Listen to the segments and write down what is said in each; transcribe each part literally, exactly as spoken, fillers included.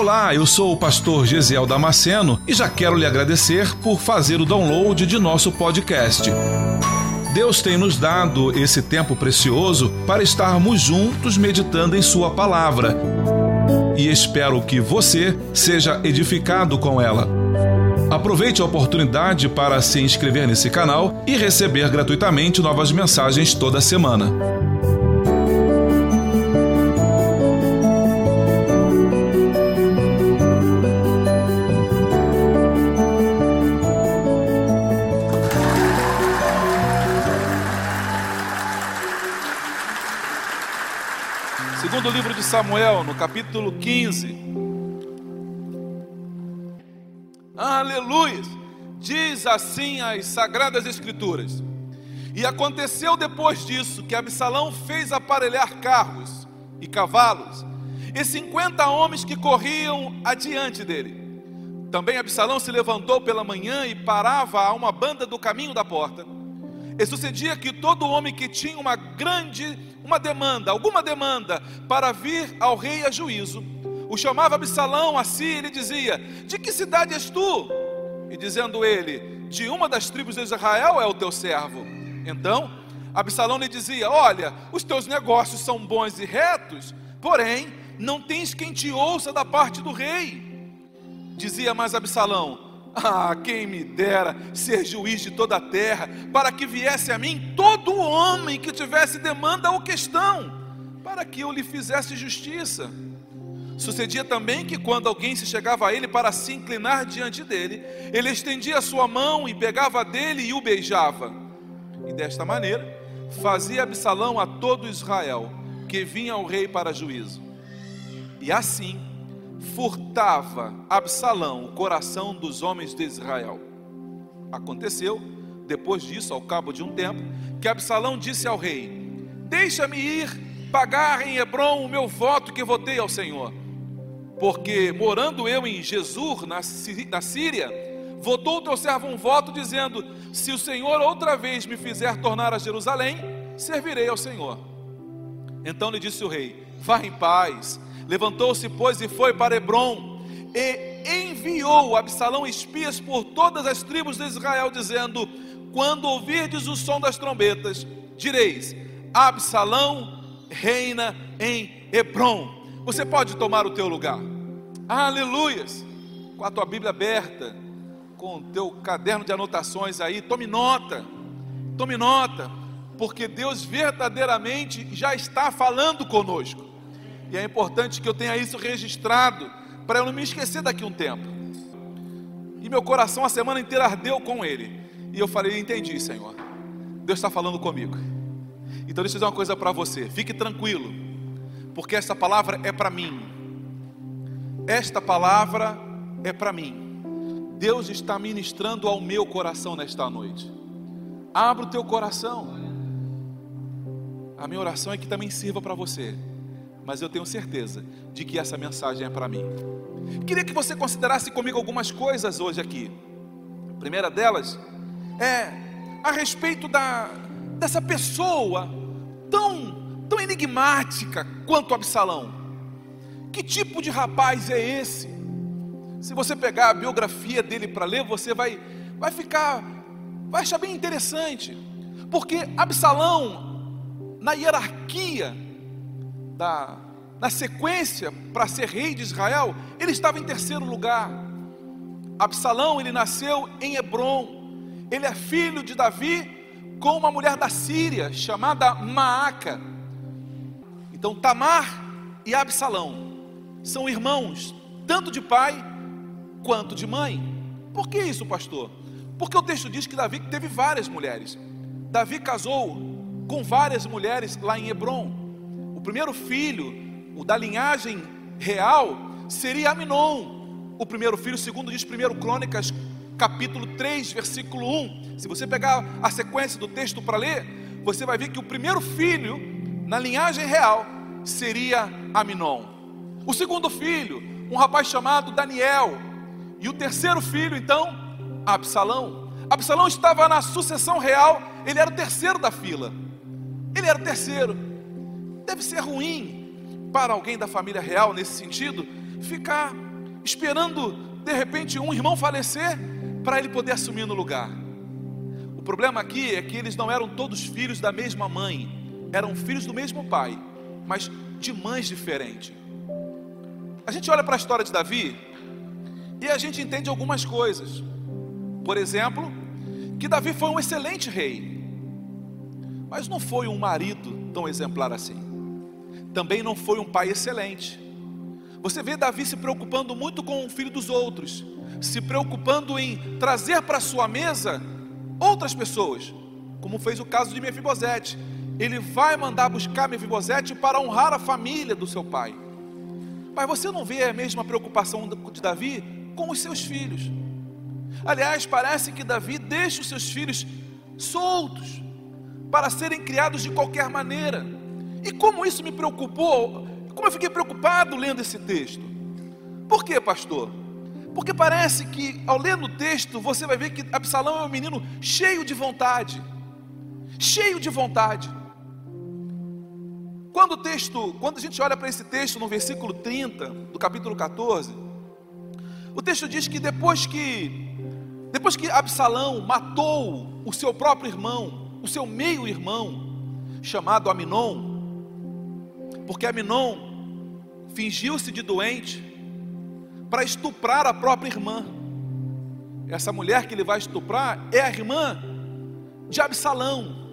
Olá, eu sou o pastor Gesiel Damasceno e já quero lhe agradecer por fazer o download de nosso podcast. Deus tem nos dado esse tempo precioso para estarmos juntos meditando em sua palavra. E espero que você seja edificado com ela. Aproveite a oportunidade para se inscrever nesse canal e receber gratuitamente novas mensagens toda semana. Segundo livro de Samuel, no capítulo quinze. Aleluia! Diz assim as Sagradas Escrituras: E aconteceu depois disso que Absalão fez aparelhar carros e cavalos e cinquenta homens que corriam adiante dele. Também Absalão se levantou pela manhã e parava a uma banda do caminho da porta. E sucedia que todo homem que tinha uma grande, uma demanda, alguma demanda, para vir ao rei a juízo, o chamava Absalão a si e lhe dizia: De que cidade és tu? E dizendo ele: De uma das tribos de Israel é o teu servo. Então Absalão lhe dizia: Olha, os teus negócios são bons e retos, porém não tens quem te ouça da parte do rei. Dizia mais Absalão: Ah, quem me dera ser juiz de toda a terra, para que viesse a mim todo homem que tivesse demanda ou questão, para que eu lhe fizesse justiça. Sucedia também que quando alguém se chegava a ele para se inclinar diante dele, ele estendia a sua mão e pegava dele e o beijava. E desta maneira fazia Absalão a todo Israel que vinha ao rei para juízo. E assim furtava Absalão o coração dos homens de Israel. Aconteceu, depois disso, ao cabo de um tempo, que Absalão disse ao rei: Deixa-me ir pagar em Hebrom o meu voto que votei ao Senhor, porque morando eu em Jesur, na Síria, votou o teu servo um voto dizendo: Se o Senhor outra vez me fizer tornar a Jerusalém, servirei ao Senhor. Então lhe disse o rei: Vá em paz. Levantou-se, pois, e foi para Hebrom, e enviou Absalão espias por todas as tribos de Israel, dizendo: Quando ouvirdes o som das trombetas, direis: Absalão reina em Hebrom. Você pode tomar o teu lugar. Aleluias! Com a tua Bíblia aberta, com o teu caderno de anotações aí, tome nota, tome nota, porque Deus verdadeiramente já está falando conosco. E é importante que eu tenha isso registrado, para eu não me esquecer daqui a um tempo. E meu coração a semana inteira ardeu com ele. E eu falei: entendi, Senhor, Deus está falando comigo. Então deixa eu dizer uma coisa para você: fique tranquilo, porque esta palavra é para mim. Esta palavra é para mim. Deus está ministrando ao meu coração nesta noite. Abra o teu coração. A minha oração é que também sirva para você, mas eu tenho certeza de que essa mensagem é para mim. Queria que você considerasse comigo algumas coisas hoje aqui. A primeira delas é a respeito da, dessa pessoa tão, tão enigmática quanto Absalão. Que tipo de rapaz é esse? Se você pegar a biografia dele para ler, você vai, vai ficar, vai achar bem interessante. Porque Absalão, na hierarquia, Da, na sequência para ser rei de Israel, ele estava em terceiro lugar. Absalão, ele nasceu em Hebrom. Ele é filho de Davi com uma mulher da Síria chamada Maaca. Então Tamar e Absalão são irmãos, tanto de pai quanto de mãe. Por que isso, pastor? Porque o texto diz que Davi teve várias mulheres. Davi casou com várias mulheres lá em Hebrom. O primeiro filho, o da linhagem real, seria Aminon. O primeiro filho, segundo diz primeiro Crônicas, capítulo três, versículo um. Se você pegar a sequência do texto para ler, você vai ver que o primeiro filho, na linhagem real, seria Aminon. O segundo filho, um rapaz chamado Daniel. E o terceiro filho, então, Absalão. Absalão estava na sucessão real, ele era o terceiro da fila. Ele era o terceiro. Deve ser ruim para alguém da família real, nesse sentido, ficar esperando de repente um irmão falecer para ele poder assumir no lugar. O problema aqui é que eles não eram todos filhos da mesma mãe, eram filhos do mesmo pai, mas de mães diferentes. A gente olha para a história de Davi e a gente entende algumas coisas. Por exemplo, que Davi foi um excelente rei, mas não foi um marido tão exemplar assim. Também não foi um pai excelente. Você vê Davi se preocupando muito com o filho dos outros, se preocupando em trazer para sua mesa outras pessoas, como fez o caso de Mefibosete. Ele vai mandar buscar Mefibosete para honrar a família do seu pai. Mas você não vê a mesma preocupação de Davi com os seus filhos. Aliás, parece que Davi deixa os seus filhos soltos para serem criados de qualquer maneira. E como isso me preocupou, como eu fiquei preocupado lendo esse texto. Por quê, pastor? Porque parece que ao ler no texto, você vai ver que Absalão é um menino cheio de vontade. Cheio de vontade. Quando o texto, quando a gente olha para esse texto no versículo trinta do capítulo quatorze, o texto diz que depois que depois que Absalão matou o seu próprio irmão, o seu meio-irmão, chamado Aminon, porque Aminon fingiu-se de doente para estuprar a própria irmã. Essa mulher que ele vai estuprar é a irmã de Absalão.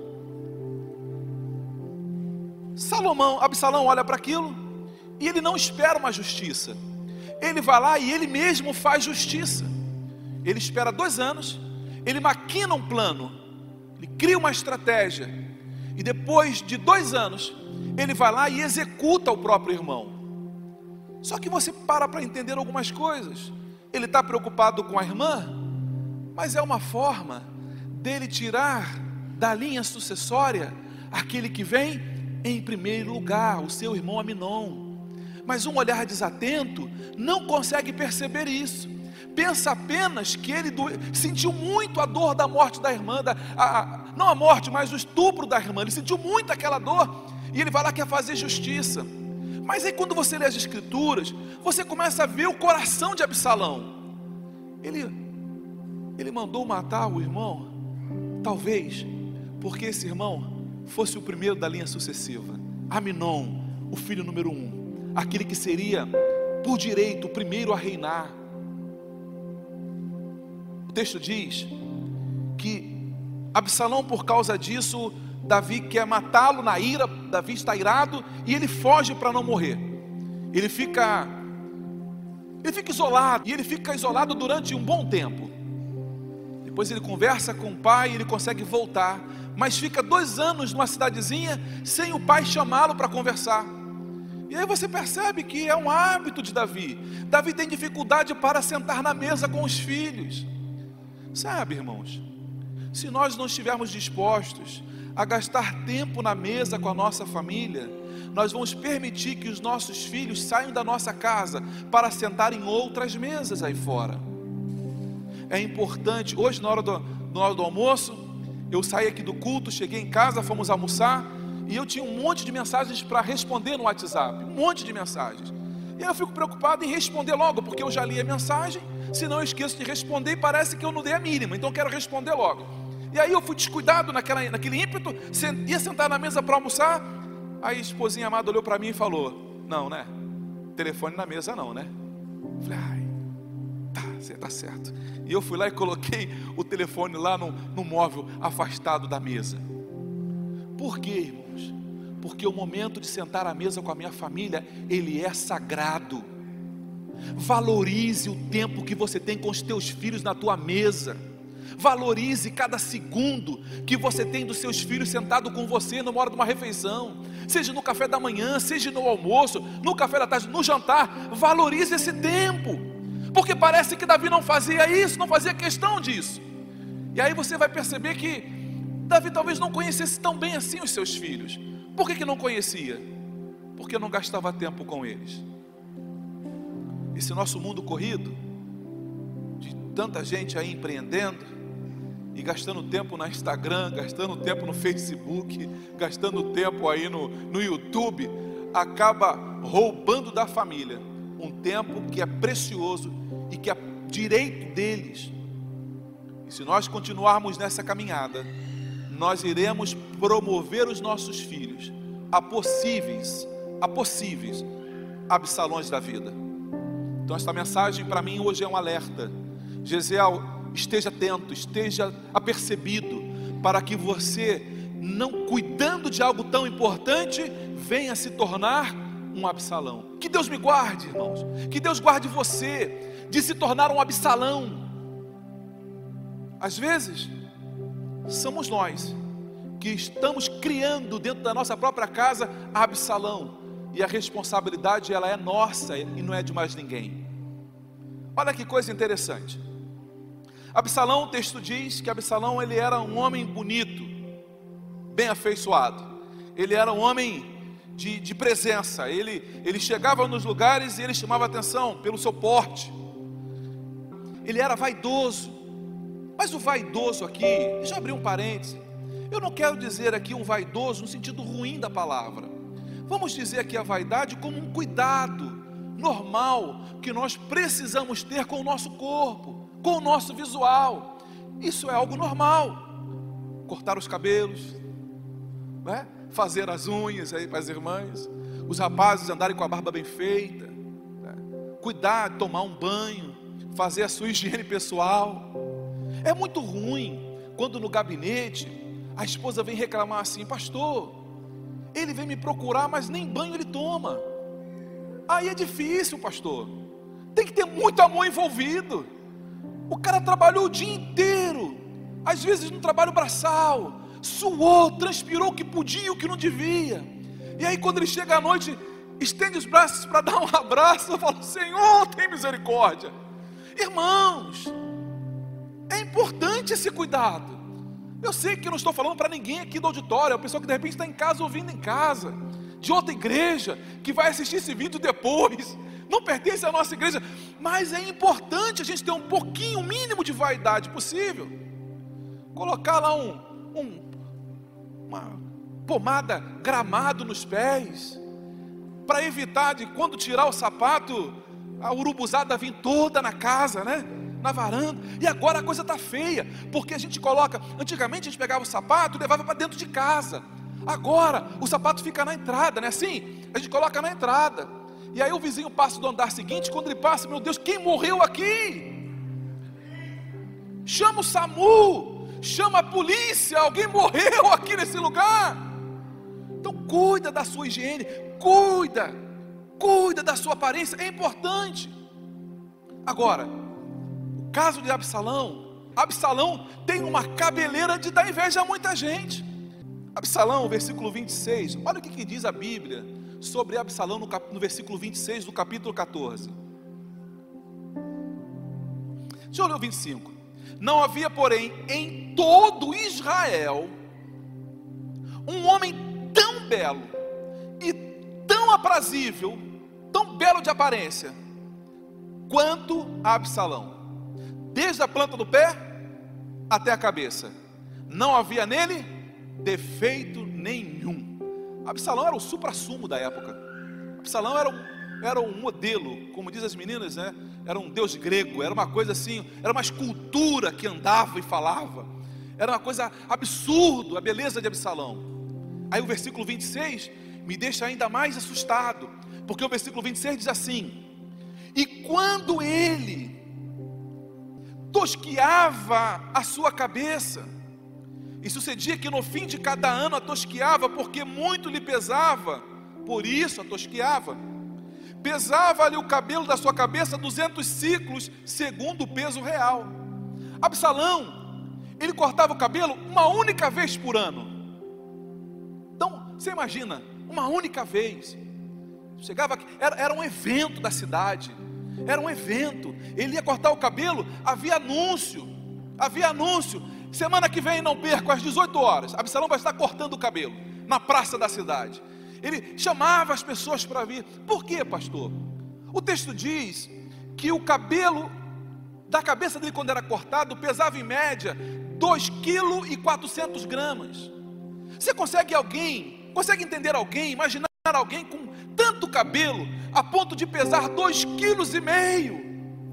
Salomão, Absalão olha para aquilo e ele não espera uma justiça. Ele vai lá e ele mesmo faz justiça. Ele espera dois anos, ele maquina um plano, ele cria uma estratégia, e depois de dois anos, ele vai lá e executa o próprio irmão. Só que você para para entender algumas coisas. Ele está preocupado com a irmã, mas é uma forma dele tirar da linha sucessória aquele que vem em primeiro lugar, o seu irmão Aminon. Mas um olhar desatento não consegue perceber isso. Pensa apenas que ele do... sentiu muito a dor da morte da irmã, da... a... A... não a morte, mas o estupro da irmã. Ele sentiu muito aquela dor e ele vai lá quer fazer justiça. Mas aí quando você lê as escrituras, você começa a ver o coração de Absalão. Ele, ele mandou matar o irmão, talvez porque esse irmão fosse o primeiro da linha sucessiva. Aminon, o filho número um, aquele que seria por direito o primeiro a reinar. O texto diz que Absalão, por causa disso, Davi quer matá-lo na ira. Davi está irado e ele foge para não morrer. Ele fica Ele fica isolado, e ele fica isolado durante um bom tempo. Depois ele conversa com o pai e ele consegue voltar, mas fica dois anos numa cidadezinha sem o pai chamá-lo para conversar. E aí você percebe que é um hábito de Davi. Davi tem dificuldade para sentar na mesa com os filhos. Sabe, irmãos, se nós não estivermos dispostos a gastar tempo na mesa com a nossa família, nós vamos permitir que os nossos filhos saiam da nossa casa para sentar em outras mesas aí fora. É importante. Hoje na hora do, na hora do almoço, eu saí aqui do culto, cheguei em casa, fomos almoçar, e eu tinha um monte de mensagens para responder no WhatsApp, um monte de mensagens. E aí eu fico preocupado em responder logo, porque eu já li a mensagem, senão eu esqueço de responder e parece que eu não dei a mínima, então eu quero responder logo. E aí eu fui descuidado naquela, naquele ímpeto, ia sentar na mesa para almoçar. Aí a esposinha amada olhou para mim e falou: não, né? Telefone na mesa não, né? Eu falei: ai, tá, você tá certo. E eu fui lá e coloquei o telefone lá no, no móvel, afastado da mesa. Por quê, irmãos? Porque o momento de sentar à mesa com a minha família, ele é sagrado. Valorize o tempo que você tem com os teus filhos na tua mesa. Valorize cada segundo que você tem dos seus filhos sentado com você numa hora de uma refeição, seja no café da manhã, seja no almoço, no café da tarde, no jantar. Valorize esse tempo, porque parece que Davi não fazia isso, não fazia questão disso. E aí você vai perceber que Davi talvez não conhecesse tão bem assim os seus filhos. Por que que não conhecia? Porque não gastava tempo com eles. Esse nosso mundo corrido, de tanta gente aí empreendendo e gastando tempo no Instagram, gastando tempo no Facebook, gastando tempo aí no, no YouTube, acaba roubando da família um tempo que é precioso e que é direito deles. E se nós continuarmos nessa caminhada, nós iremos promover os nossos filhos a possíveis, a possíveis Absalões da vida. Então esta mensagem para mim hoje é um alerta. Gesiel, esteja atento, esteja apercebido, para que você, não cuidando de algo tão importante, venha se tornar um Absalão. Que Deus me guarde, irmãos, que Deus guarde você de se tornar um Absalão. Às vezes somos nós que estamos criando dentro da nossa própria casa Absalão, e a responsabilidade ela é nossa e não é de mais ninguém. Olha que coisa interessante. Absalão, o texto diz que Absalão ele era um homem bonito, bem afeiçoado. Ele era um homem de, de presença. Ele, ele chegava nos lugares e ele chamava atenção pelo seu porte. Ele era vaidoso. Mas o vaidoso aqui, deixa eu abrir um parêntese. Eu não quero dizer aqui um vaidoso no sentido ruim da palavra. Vamos dizer aqui a vaidade como um cuidado normal que nós precisamos ter com o nosso corpo, com o nosso visual. Isso é algo normal. Cortar os cabelos, né? Fazer as unhas aí para as irmãs, os rapazes andarem com a barba bem feita, né? Cuidar, tomar um banho, fazer a sua higiene pessoal. É muito ruim quando no gabinete a esposa vem reclamar assim: pastor, ele vem me procurar, mas nem banho ele toma. Aí é difícil, pastor. Tem que ter muito amor envolvido. O cara trabalhou o dia inteiro, às vezes no trabalho braçal, suou, transpirou o que podia e o que não devia. E aí quando ele chega à noite, estende os braços para dar um abraço, eu falo: Senhor, tem misericórdia. Irmãos, é importante esse cuidado. Eu sei que eu não estou falando para ninguém aqui do auditório, é a pessoa que de repente está em casa ouvindo em casa, de outra igreja, que vai assistir esse vídeo depois, não pertence à nossa igreja, mas é importante a gente ter um pouquinho, o mínimo de vaidade possível. Colocar lá um, um, uma pomada gramado nos pés, para evitar de quando tirar o sapato, a urubuzada vir toda na casa, né? Na varanda. E agora a coisa está feia, porque a gente coloca, antigamente a gente pegava o sapato e levava para dentro de casa. Agora o sapato fica na entrada, não é assim? A gente coloca na entrada. E aí o vizinho passa do andar seguinte, quando ele passa, meu Deus, quem morreu aqui? Chama o SAMU, chama a polícia, alguém morreu aqui nesse lugar. Então cuida da sua higiene, cuida, cuida da sua aparência, é importante. Agora, o caso de Absalão, Absalão tem uma cabeleira de dar inveja a muita gente. Absalão, versículo vinte e seis, olha o que, que diz a Bíblia sobre Absalão no, cap, no versículo vinte e seis do capítulo catorze. Deixa eu ler o vinte e cinco. Não havia, porém, em todo Israel um homem tão belo e tão aprazível, tão belo de aparência, quanto Absalão. Desde a planta do pé até a cabeça, não havia nele defeito nenhum. Absalão era o suprassumo da época. Absalão era um, era um modelo, como diz as meninas, né? Era um deus grego, era uma coisa assim, era uma escultura que andava e falava. Era uma coisa absurda a beleza de Absalão. Aí o versículo vinte e seis me deixa ainda mais assustado, porque o versículo vinte e seis diz assim: e quando ele tosquiava a sua cabeça, e sucedia que no fim de cada ano a tosquiava, porque muito lhe pesava, por isso a tosquiava. Pesava-lhe o cabelo da sua cabeça duzentos ciclos, segundo o peso real. Absalão, ele cortava o cabelo uma única vez por ano. Então, você imagina, uma única vez. Chegava aqui, era, era um evento da cidade, era um evento. Ele ia cortar o cabelo, havia anúncio, havia anúncio. Semana que vem não perca, às dezoito horas, Absalão vai estar cortando o cabelo na praça da cidade. Ele chamava as pessoas para vir. Por quê, pastor? O texto diz que o cabelo da cabeça dele, quando era cortado, pesava em média dois quilos e quatrocentos gramas. Você consegue alguém, consegue entender alguém, imaginar alguém com tanta tanto cabelo a ponto de pesar dois quilos e meio.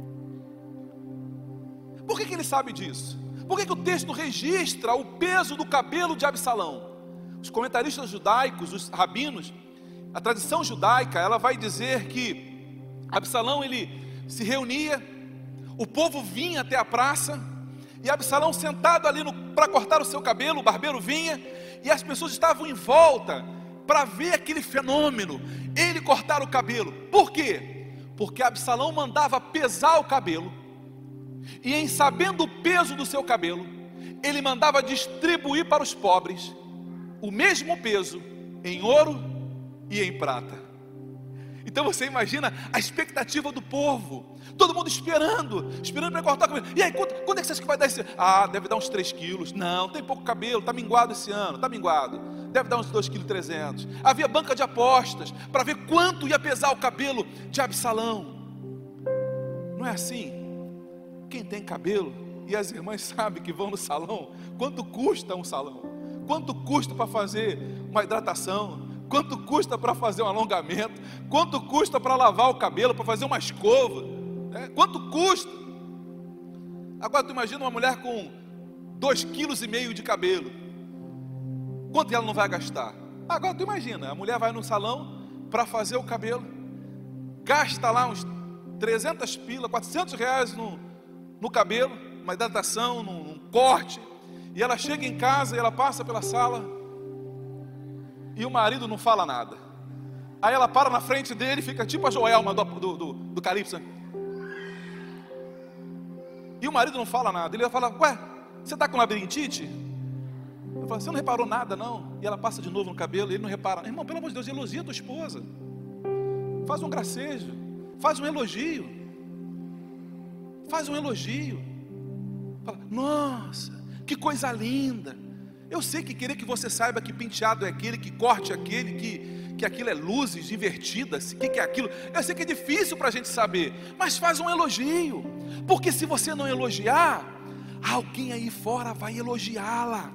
Por que que ele sabe disso? Por que que o texto registra o peso do cabelo de Absalão? Os comentaristas judaicos, os rabinos, a tradição judaica, ela vai dizer que Absalão, ele se reunia, o povo vinha até a praça, e Absalão sentado ali para cortar o seu cabelo, o barbeiro vinha, e as pessoas estavam em volta para ver aquele fenômeno, ele cortar o cabelo. Por quê? Porque Absalão mandava pesar o cabelo, e em sabendo o peso do seu cabelo, ele mandava distribuir para os pobres o mesmo peso em ouro e em prata. Então você imagina a expectativa do povo, todo mundo esperando, esperando para cortar o cabelo. E aí, quando, quando é que você acha que vai dar esse? Ah, deve dar uns três quilos. Não, tem pouco cabelo, está minguado esse ano, está minguado. Deve dar uns dois vírgula trezentos quilos. Havia banca de apostas para ver quanto ia pesar o cabelo de Absalão. Não é assim? Quem tem cabelo, e as irmãs sabem que vão no salão, quanto custa um salão? Quanto custa para fazer uma hidratação? Quanto custa para fazer um alongamento? Quanto custa para lavar o cabelo, para fazer uma escova? É, quanto custa? Agora tu imagina uma mulher com dois quilos e meio de cabelo. Quanto ela não vai gastar? Agora tu imagina, a mulher vai no salão para fazer o cabelo, gasta lá uns trezentas pilas, quatrocentos reais no, no cabelo, uma hidratação, num, num corte, e ela chega em casa e ela passa pela sala, e o marido não fala nada. Aí ela para na frente dele e fica tipo a Joelma do, do, do, do Calypso. E o marido não fala nada. Ele vai falar: ué, você está com labirintite? Ela fala: você não reparou nada não? E ela passa de novo no cabelo e ele não repara. Irmão, pelo amor de Deus, elogia a tua esposa. Faz um gracejo, faz um elogio. Faz um elogio. Fala: nossa, que coisa linda. Eu sei que querer que você saiba que penteado é aquele, que corte é aquele, que, que aquilo é luzes invertidas, o que, que é aquilo. Eu sei que é difícil para a gente saber, mas faz um elogio, porque se você não elogiar, alguém aí fora vai elogiá-la.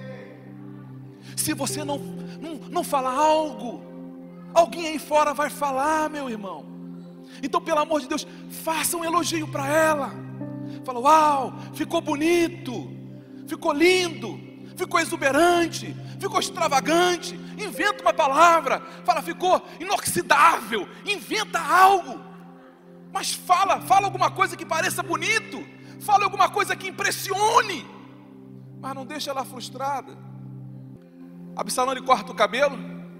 Se você não, não, não falar algo, alguém aí fora vai falar, meu irmão. Então, pelo amor de Deus, faça um elogio para ela. Fala: uau, ficou bonito, ficou lindo, ficou exuberante, ficou extravagante. Inventa uma palavra. Fala: ficou inoxidável. Inventa algo. Mas fala, fala alguma coisa que pareça bonito. Fala alguma coisa que impressione. Mas não deixa ela frustrada. Absalão, ele corta o cabelo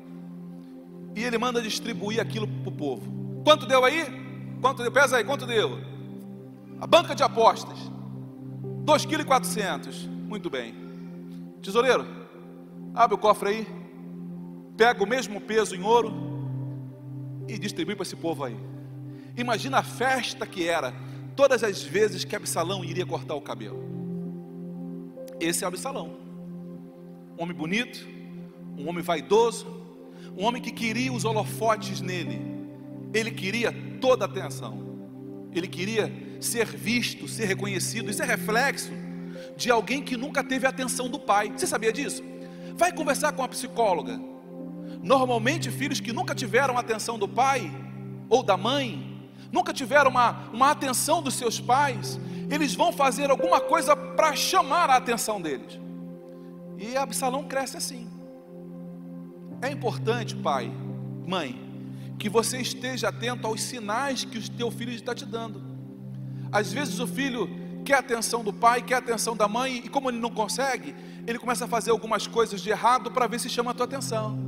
e ele manda distribuir aquilo para o povo. Quanto deu aí? Quanto deu? Pesa aí, quanto deu? A banca de apostas, dois quilos e quatrocentos. Muito bem. Tesoureiro, abre o cofre aí, pega o mesmo peso em ouro e distribui para esse povo aí. Imagina a festa que era todas as vezes que Absalão iria cortar o cabelo. Esse é Absalão, um homem bonito, um homem vaidoso, um homem que queria os holofotes nele. Ele queria toda a atenção, ele queria ser visto, ser reconhecido. Isso é reflexo de alguém que nunca teve a atenção do pai. Você sabia disso? Vai conversar com a psicóloga. Normalmente filhos que nunca tiveram a atenção do pai ou da mãe, nunca tiveram uma, uma atenção dos seus pais, eles vão fazer alguma coisa para chamar a atenção deles. E Absalão cresce assim. É importante, pai, mãe, que você esteja atento aos sinais que o teu filho está te dando. Às vezes o filho quer a atenção do pai, quer a atenção da mãe, e como ele não consegue, ele começa a fazer algumas coisas de errado para ver se chama a tua atenção.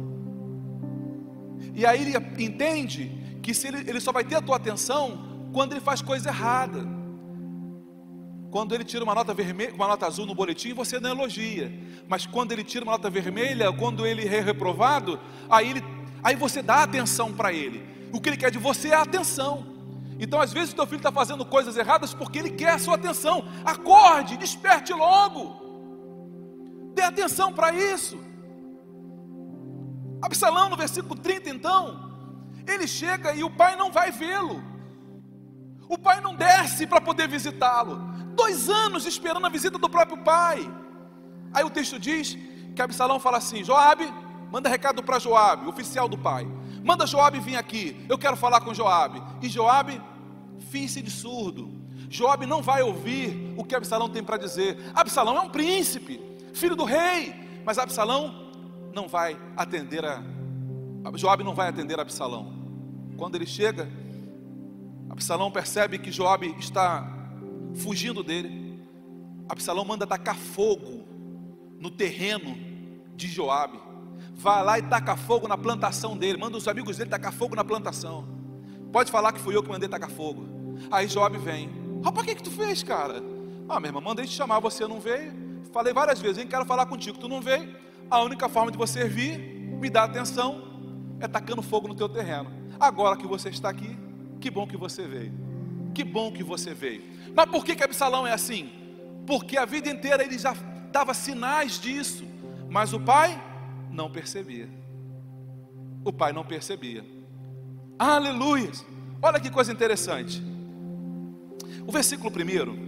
E aí ele entende que se ele, ele só vai ter a tua atenção quando ele faz coisa errada. Quando ele tira uma nota vermelha, uma nota azul no boletim, você não elogia. Mas quando ele tira uma nota vermelha, quando ele é reprovado, aí, ele, aí você dá atenção para ele. O que ele quer de você é a atenção. Então às vezes o teu filho está fazendo coisas erradas porque ele quer a sua atenção. Acorde, desperte logo. Dê atenção para isso. Absalão, no versículo trinta, então, ele chega e o pai não vai vê-lo. O pai não desce para poder visitá-lo. Dois anos esperando a visita do próprio pai. Aí o texto diz que Absalão fala assim: Joabe, manda recado para Joabe, oficial do pai. manda Joabe vir aqui, eu quero falar com Joabe. E Joabe finge de surdo. Joabe não vai ouvir o que Absalão tem para dizer. Absalão é um príncipe, filho do rei, mas Absalão não vai atender a Joabe não vai atender a Absalão. Quando ele chega, Absalão percebe que Joabe está fugindo dele. Absalão manda tacar fogo no terreno de Joabe. Vai lá e taca fogo na plantação dele. Manda os amigos dele tacar fogo na plantação. Pode falar que fui eu que mandei tacar fogo. Aí Joabe vem. Rapaz, o que que tu fez, cara? Ah, meu irmão, mandei te chamar, você não veio. Falei várias vezes, hein, quero falar contigo, tu não veio. A única forma de você vir, me dar atenção, é tacando fogo no teu terreno. Agora que você está aqui, que bom que você veio. Que bom que você veio. Mas por que que Absalão é assim? Porque a vida inteira ele já dava sinais disso, mas o pai não percebia. O pai não percebia. Aleluia! Olha que coisa interessante. O versículo primeiro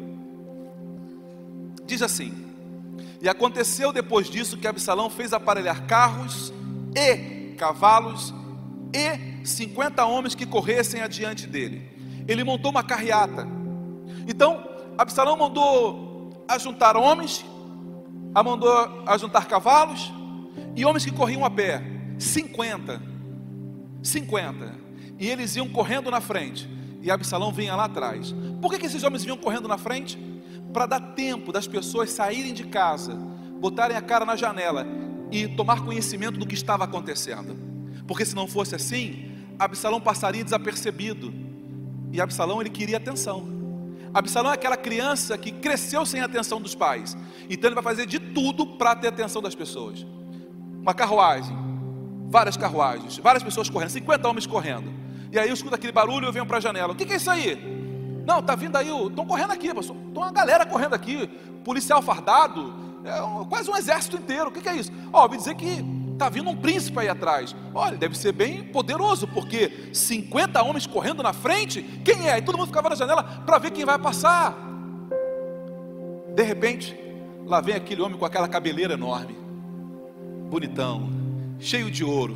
diz assim: e aconteceu depois disso que Absalão fez aparelhar carros e cavalos e cinquenta homens que corressem adiante dele. Ele montou uma carreata. Então Absalão mandou ajuntar homens, a mandou ajuntar cavalos e homens que corriam a pé. cinquenta cinquenta E eles iam correndo na frente, e Absalão vinha lá atrás. Por que que esses homens vinham correndo na frente? Para dar tempo das pessoas saírem de casa, botarem a cara na janela e tomar conhecimento do que estava acontecendo. Porque se não fosse assim, Absalão passaria desapercebido. E Absalão, ele queria atenção. Absalão é aquela criança que cresceu sem a atenção dos pais. Então ele vai fazer de tudo para ter a atenção das pessoas. Uma carruagem, várias carruagens, várias pessoas correndo, cinquenta homens correndo. E aí eu escuto aquele barulho e eu venho para a janela. O que que é isso aí? Não, tá vindo aí, estão correndo aqui, pastor. Tem uma galera correndo aqui, policial fardado, é um, quase um exército inteiro. O que que é isso? Ó, ouvi dizer que está vindo um príncipe aí atrás. Olha, deve ser bem poderoso, porque cinquenta homens correndo na frente. Quem é? E todo mundo ficava na janela para ver quem vai passar. De repente, lá vem aquele homem com aquela cabeleira enorme, bonitão, cheio de ouro,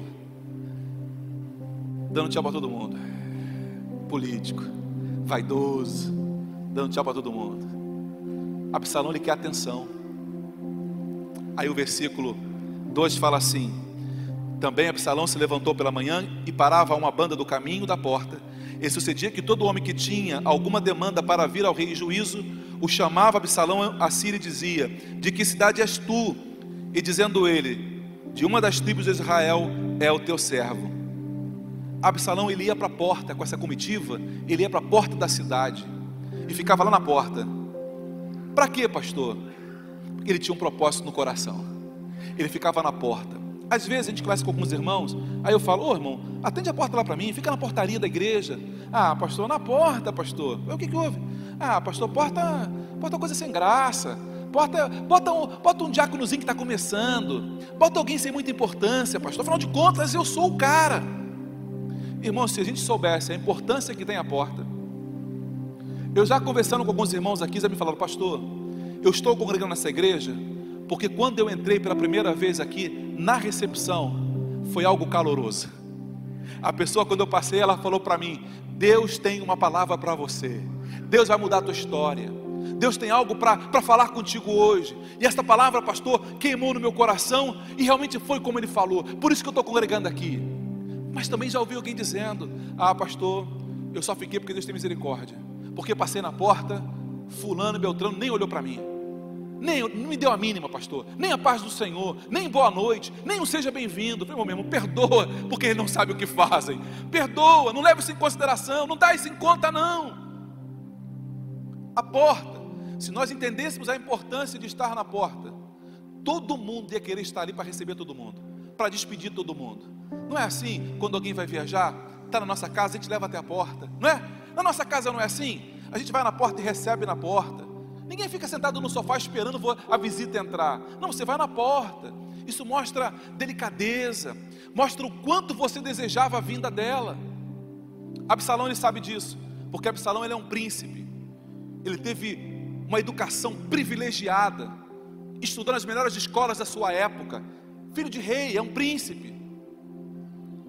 dando tchau para todo mundo. Político, vaidoso, dando tchau para todo mundo. Absalão, ele quer atenção. Aí o versículo dois fala assim: também Absalão se levantou pela manhã e parava a uma banda do caminho da porta. E sucedia que todo homem que tinha alguma demanda para vir ao rei em juízo, o chamava Absalão a si e dizia: de que cidade és tu? E dizendo ele: de uma das tribos de Israel é o teu servo. Absalão, ele ia para a porta com essa comitiva, ele ia para a porta da cidade e ficava lá na porta. Para quê, pastor? Porque ele tinha um propósito no coração. Ele ficava na porta. Às vezes a gente conversa com alguns irmãos, aí eu falo: ô irmão, atende a porta lá para mim, fica na portaria da igreja. Ah, pastor, na porta, pastor. O que que houve? Ah, pastor, porta, porta coisa sem graça. Bota, bota, um, bota um diáconozinho que está começando. Bota alguém sem muita importância, pastor. Afinal de contas, eu sou o cara. Irmãos, se a gente soubesse a importância que tem a porta. Eu já conversando com alguns irmãos aqui, já me falaram: pastor, eu estou congregando nessa igreja porque quando eu entrei pela primeira vez aqui, na recepção, foi algo caloroso. A pessoa, quando eu passei, ela falou para mim: Deus tem uma palavra para você. Deus vai mudar a tua história. Deus tem algo para falar contigo hoje. E esta palavra, pastor, queimou no meu coração. E realmente foi como ele falou. Por isso que eu estou congregando aqui. Mas também já ouvi alguém dizendo: ah, pastor, eu só fiquei porque Deus tem misericórdia. Porque passei na porta, fulano, beltrano, nem olhou para mim. Nem, não me deu a mínima, pastor. Nem a paz do Senhor, nem boa noite, nem um seja bem-vindo. Meu irmão, perdoa, porque eles não sabem o que fazem. Perdoa, não leva isso em consideração, não dá isso em conta não. A porta, se nós entendêssemos a importância de estar na porta, todo mundo ia querer estar ali para receber todo mundo, para despedir todo mundo. Não é assim? Quando alguém vai viajar, está na nossa casa, a gente leva até a porta, não é? Na nossa casa não é assim? A gente vai na porta e recebe na porta. Ninguém fica sentado no sofá esperando a visita entrar. Não, você vai na porta. Isso mostra delicadeza, mostra o quanto você desejava a vinda dela. Absalão, ele sabe disso, porque Absalão, ele é um príncipe. Ele teve uma educação privilegiada, estudou nas melhores escolas da sua época, filho de rei, é um príncipe.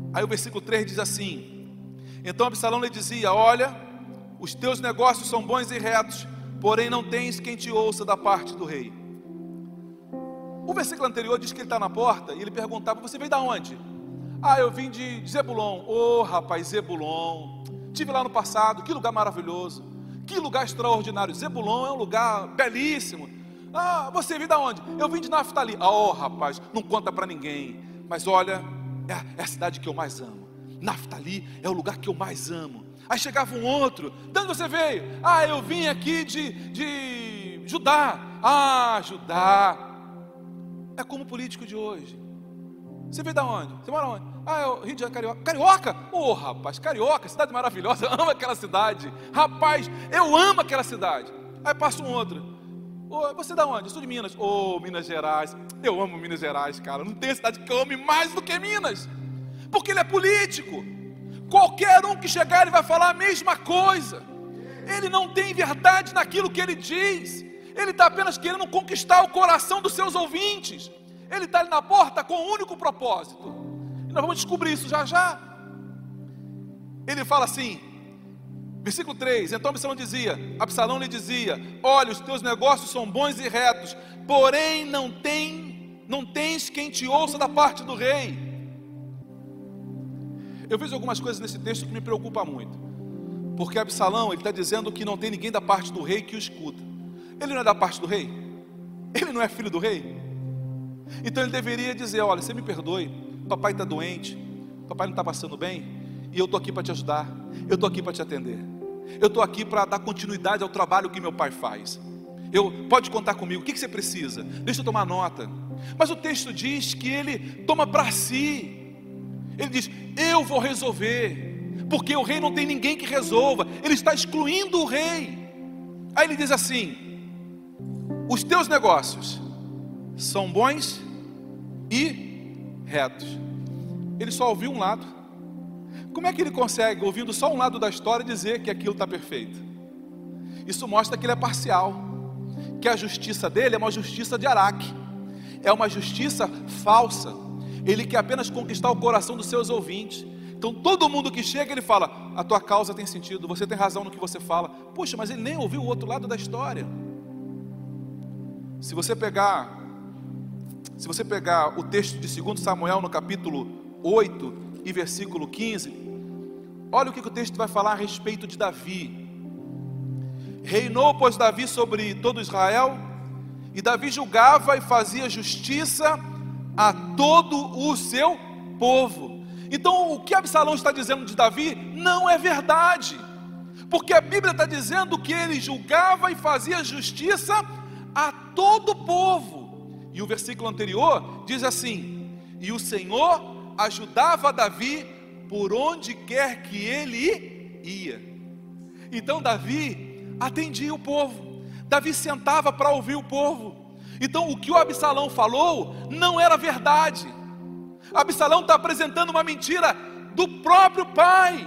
Aí o versículo três diz assim: então Absalão lhe dizia: olha, os teus negócios são bons e retos, porém não tens quem te ouça da parte do rei. O versículo anterior diz que ele está na porta e ele perguntava: você veio da onde? Ah, eu vim de Zebulon. Ô, oh, rapaz, Zebulon, estive lá no passado, que lugar maravilhoso, que lugar extraordinário. Zebulon é um lugar belíssimo. Ah, você veio da onde? Eu vim de Naftali. Ah, oh, rapaz, não conta para ninguém, mas olha, é a, é a cidade que eu mais amo. Naftali é o lugar que eu mais amo. Aí chegava um outro: de onde você veio? Ah, eu vim aqui de, de Judá. Ah, Judá. É como o político de hoje. Você veio da onde? Você mora onde? Ah, é o Rio de Janeiro, Carioca. Carioca? Ô, oh, rapaz, Carioca, cidade maravilhosa, eu amo aquela cidade. Rapaz, eu amo aquela cidade. Aí passa um outro: oh, você da onde? Eu sou de Minas. Ô, oh, Minas Gerais. Eu amo Minas Gerais, cara. Não tem cidade que eu ame mais do que Minas, porque ele é político. Qualquer um que chegar, ele vai falar a mesma coisa. Ele não tem verdade naquilo que ele diz. Ele está apenas querendo conquistar o coração dos seus ouvintes. Ele está ali na porta com um único propósito, e nós vamos descobrir isso já já. Ele fala assim, versículo três: então Absalão dizia, Absalão lhe dizia: olha, os teus negócios são bons e retos, porém não, tem, não tens quem te ouça da parte do rei. Eu vejo algumas coisas nesse texto que me preocupa muito, porque Absalão, ele está dizendo que não tem ninguém da parte do rei que o escuta. Ele não é da parte do rei? Ele não é filho do rei? Então ele deveria dizer: olha, você me perdoe, papai está doente, papai não está passando bem, e eu estou aqui para te ajudar, eu estou aqui para te atender, eu estou aqui para dar continuidade ao trabalho que meu pai faz. Eu, pode contar comigo, o que, que você precisa? Deixa eu tomar nota. Mas o texto diz que ele toma para si. Ele diz: eu vou resolver, porque o rei não tem ninguém que resolva. Ele está excluindo o rei. Aí ele diz assim: os teus negócios são bons e retos. Ele só ouviu um lado. Como é que ele consegue, ouvindo só um lado da história, dizer que aquilo está perfeito? Isso mostra que ele é parcial, que a justiça dele é uma justiça de Araque, é uma justiça falsa. Ele quer apenas conquistar o coração dos seus ouvintes. Então todo mundo que chega, ele fala: a tua causa tem sentido, você tem razão no que você fala. Puxa, mas ele nem ouviu o outro lado da história. Se você pegar Se você pegar o texto de segundo Samuel no capítulo oito e versículo quinze, olha o que o texto vai falar a respeito de Davi. Reinou, pois, Davi sobre todo Israel, e Davi julgava e fazia justiça a todo o seu povo. Então o que Absalão está dizendo de Davi não é verdade, porque a Bíblia está dizendo que ele julgava e fazia justiça a todo o povo. E o versículo anterior diz assim: e o Senhor ajudava Davi por onde quer que ele ia. Então Davi atendia o povo, Davi sentava para ouvir o povo. Então o que o Absalão falou não era verdade. Absalão está apresentando uma mentira do próprio pai.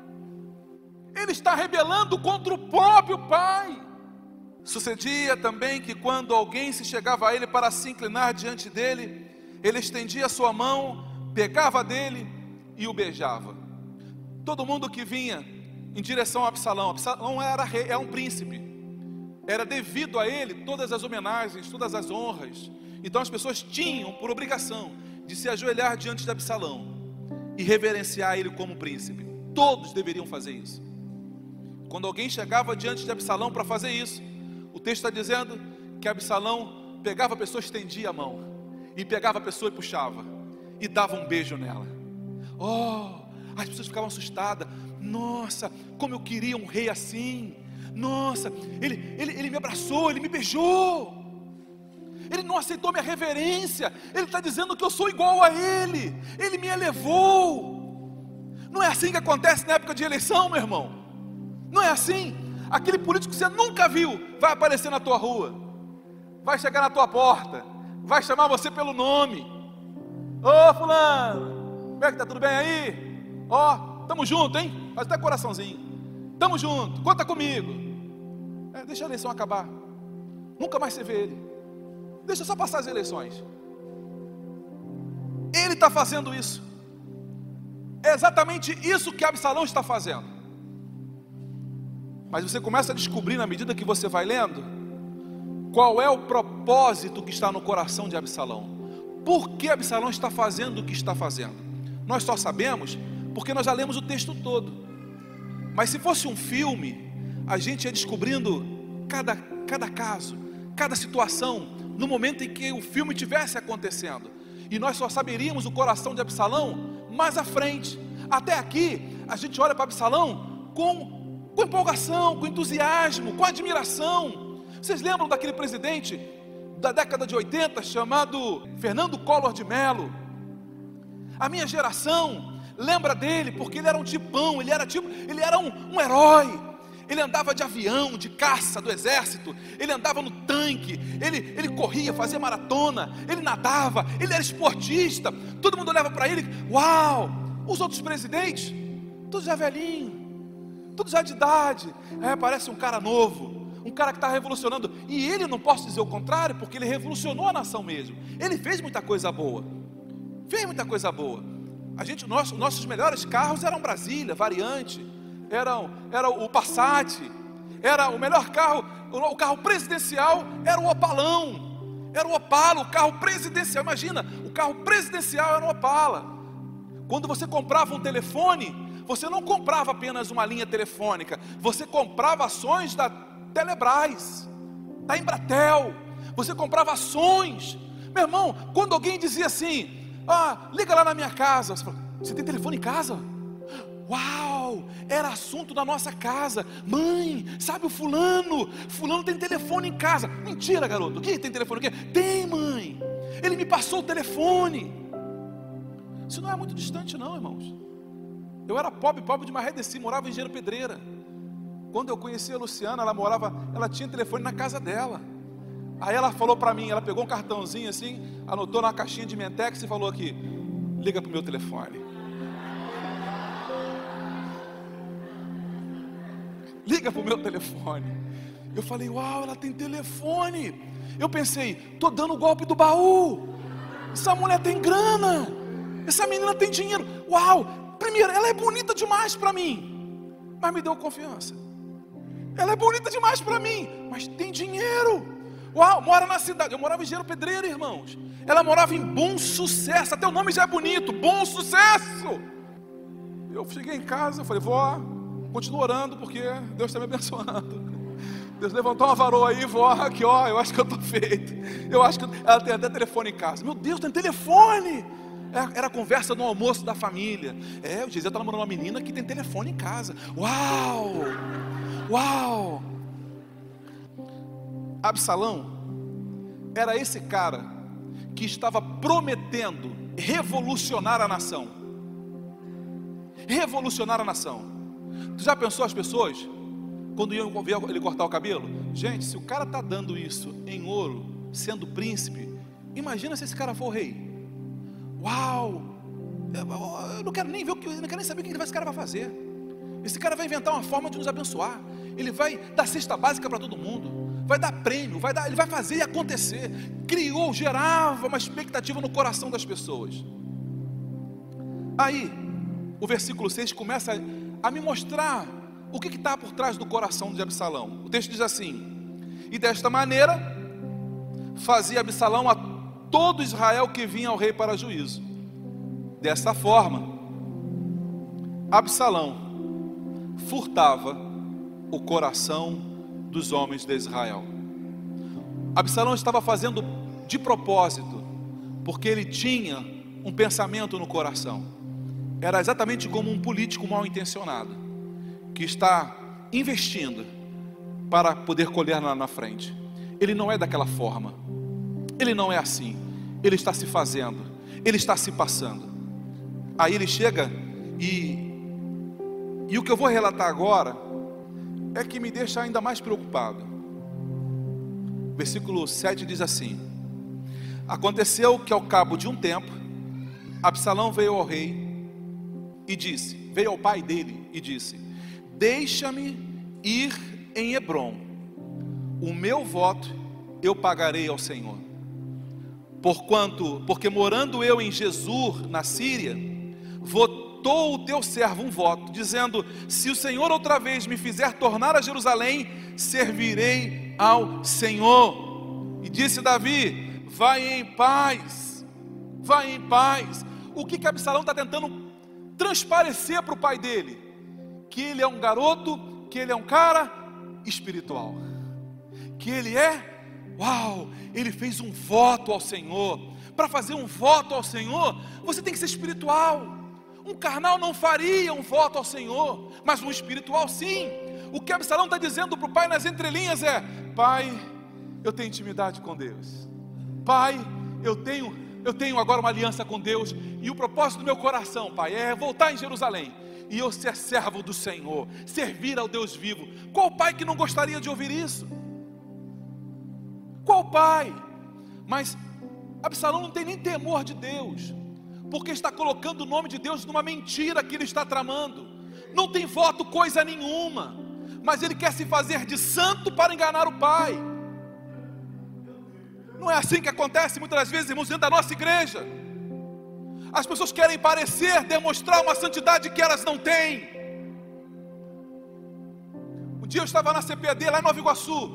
Ele está rebelando contra o próprio pai. Sucedia também que quando alguém se chegava a ele para se inclinar diante dele, ele estendia a sua mão, pegava dele e o beijava. Todo mundo que vinha em direção a Absalão, Absalão era rei, é um príncipe, era devido a ele todas as homenagens, todas as honras. Então as pessoas tinham por obrigação de se ajoelhar diante de Absalão e reverenciar ele como príncipe. Todos deveriam fazer isso. Quando alguém chegava diante de Absalão para fazer isso, o texto está dizendo que Absalão pegava a pessoa, estendia a mão, e pegava a pessoa e puxava, e dava um beijo nela. Oh, as pessoas ficavam assustadas. Nossa, como eu queria um rei assim. Nossa, ele, ele, ele me abraçou, ele me beijou. Ele não aceitou minha reverência. Ele está dizendo que eu sou igual a ele. Ele me elevou. Não é assim que acontece na época de eleição, meu irmão. Não é assim. Aquele político que você nunca viu vai aparecer na tua rua, vai chegar na tua porta, vai chamar você pelo nome. Ô fulano, como é que tá, tudo bem aí? Ó, tamo junto, hein? Faz até coraçãozinho. Tamo junto, conta comigo. É, deixa a eleição acabar, nunca mais você vê ele. Deixa só passar as eleições. Ele está fazendo isso. É exatamente isso que Absalão está fazendo. Mas você começa a descobrir, na medida que você vai lendo, qual é o propósito que está no coração de Absalão. Por que Absalão está fazendo o que está fazendo? Nós só sabemos porque nós já lemos o texto todo. Mas se fosse um filme, a gente ia descobrindo cada, cada caso, cada situação, no momento em que o filme estivesse acontecendo. E nós só saberíamos o coração de Absalão mais à frente. Até aqui, a gente olha para Absalão com, com empolgação, com entusiasmo, com admiração. Vocês lembram daquele presidente da década de oitenta, chamado Fernando Collor de Mello? A minha geração lembra dele, porque ele era um tipão, ele era, tipo, ele era um, um herói. Ele andava de avião, de caça do exército, ele andava no tanque, ele, ele corria, fazia maratona, ele nadava, ele era esportista. Todo mundo olhava para ele, uau! Os outros presidentes, todos já velhinhos, todos já de idade. É, parece um cara novo, um cara que está revolucionando. E ele, não posso dizer o contrário, porque ele revolucionou a nação mesmo. Ele fez muita coisa boa, fez muita coisa boa. A gente, nosso, nossos melhores carros eram Brasília, Variante, Era, era o Passat, era o melhor carro, o carro presidencial era o Opalão, era o Opala, o carro presidencial. Imagina, o carro presidencial era o Opala. Quando você comprava um telefone, você não comprava apenas uma linha telefônica, você comprava ações da Telebrás, da Embratel, você comprava ações. Meu irmão, quando alguém dizia assim, ah, liga lá na minha casa, você fala, você tem telefone em casa? Uau, era assunto da nossa casa. Mãe, sabe o fulano? Fulano tem telefone em casa. Mentira, garoto, quem tem telefone aqui? Tem, mãe, ele me passou o telefone. Isso não é muito distante não, irmãos. Eu era pobre, pobre de Marredeci, morava em Engenheiro Pedreira. Quando eu conheci a Luciana, ela morava, ela tinha telefone na casa dela. Aí ela falou para mim, ela pegou um cartãozinho assim, anotou na caixinha de Mentex e falou aqui, liga pro meu telefone. Liga para o meu telefone. Eu falei, uau, ela tem telefone. Eu pensei, estou dando o golpe do baú. Essa mulher tem grana, essa menina tem dinheiro. Uau, primeiro, ela é bonita demais para mim, mas me deu confiança. Ela é bonita demais para mim, mas tem dinheiro. Uau, mora na cidade. Eu morava em Engenheiro Pedreira, irmãos. Ela morava em Bom Sucesso, até o nome já é bonito, Bom Sucesso. Eu cheguei em casa, eu falei, vó, continua orando, porque Deus está me abençoando. Deus levantou uma varoa aí, vó, aqui ó, eu acho que eu estou feito. Eu acho que ela tem até telefone em casa. Meu Deus, tem telefone. Era a conversa no almoço da família. É, o Gisele está namorando uma menina que tem telefone em casa. Uau, uau. Absalão era esse cara que estava prometendo revolucionar a nação. Revolucionar a nação. Tu já pensou as pessoas, quando iam ver ele cortar o cabelo? Gente, se o cara está dando isso em ouro, sendo príncipe, imagina se esse cara for o rei. Uau, eu não quero nem ver o que, eu não quero nem saber o que esse cara vai fazer. Esse cara vai inventar uma forma de nos abençoar. Ele vai dar cesta básica para todo mundo, vai dar prêmio, vai dar, ele vai fazer e acontecer. Criou, gerava uma expectativa no coração das pessoas. Aí, o versículo seis começa a, a me mostrar o que está por trás do coração de Absalão. O texto diz assim: e desta maneira fazia Absalão a todo Israel que vinha ao rei para juízo. Desta forma, Absalão furtava o coração dos homens de Israel. Absalão estava fazendo de propósito, porque ele tinha um pensamento no coração. Era exatamente como um político mal intencionado, que está investindo para poder colher lá na frente. Ele não é daquela forma, ele não é assim, ele está se fazendo, ele está se passando. Aí ele chega e E o que eu vou relatar agora é que me deixa ainda mais preocupado. Versículo sete diz assim: aconteceu que ao cabo de um tempo, Absalão veio ao rei e disse, veio ao pai dele e disse: deixa-me ir em Hebrom, o meu voto eu pagarei ao Senhor. Porquanto, porque morando eu em Jesur, na Síria, notou o teu servo um voto, dizendo: se o Senhor outra vez me fizer tornar a Jerusalém, servirei ao Senhor. E disse Davi: vai em paz, vai em paz. O que que Absalão está tentando transparecer para o pai dele? Que ele é um garoto, que ele é um cara espiritual, que ele é, uau, ele fez um voto ao Senhor. Para fazer um voto ao Senhor, você tem que ser espiritual. Um carnal não faria um voto ao Senhor, mas um espiritual sim. O que Absalão está dizendo para o pai nas entrelinhas é: pai, eu tenho intimidade com Deus. Pai, eu tenho, eu tenho agora uma aliança com Deus. E o propósito do meu coração, pai, é voltar em Jerusalém e eu ser servo do Senhor, servir ao Deus vivo. Qual pai que não gostaria de ouvir isso? Qual pai? Mas Absalão não tem nem temor de Deus, porque está colocando o nome de Deus numa mentira que ele está tramando. Não tem voto coisa nenhuma, mas ele quer se fazer de santo para enganar o pai. Não é assim que acontece muitas das vezes, irmãos, dentro da nossa igreja. As pessoas querem parecer, demonstrar uma santidade que elas não têm. Um dia eu estava na C P A D lá em Nova Iguaçu,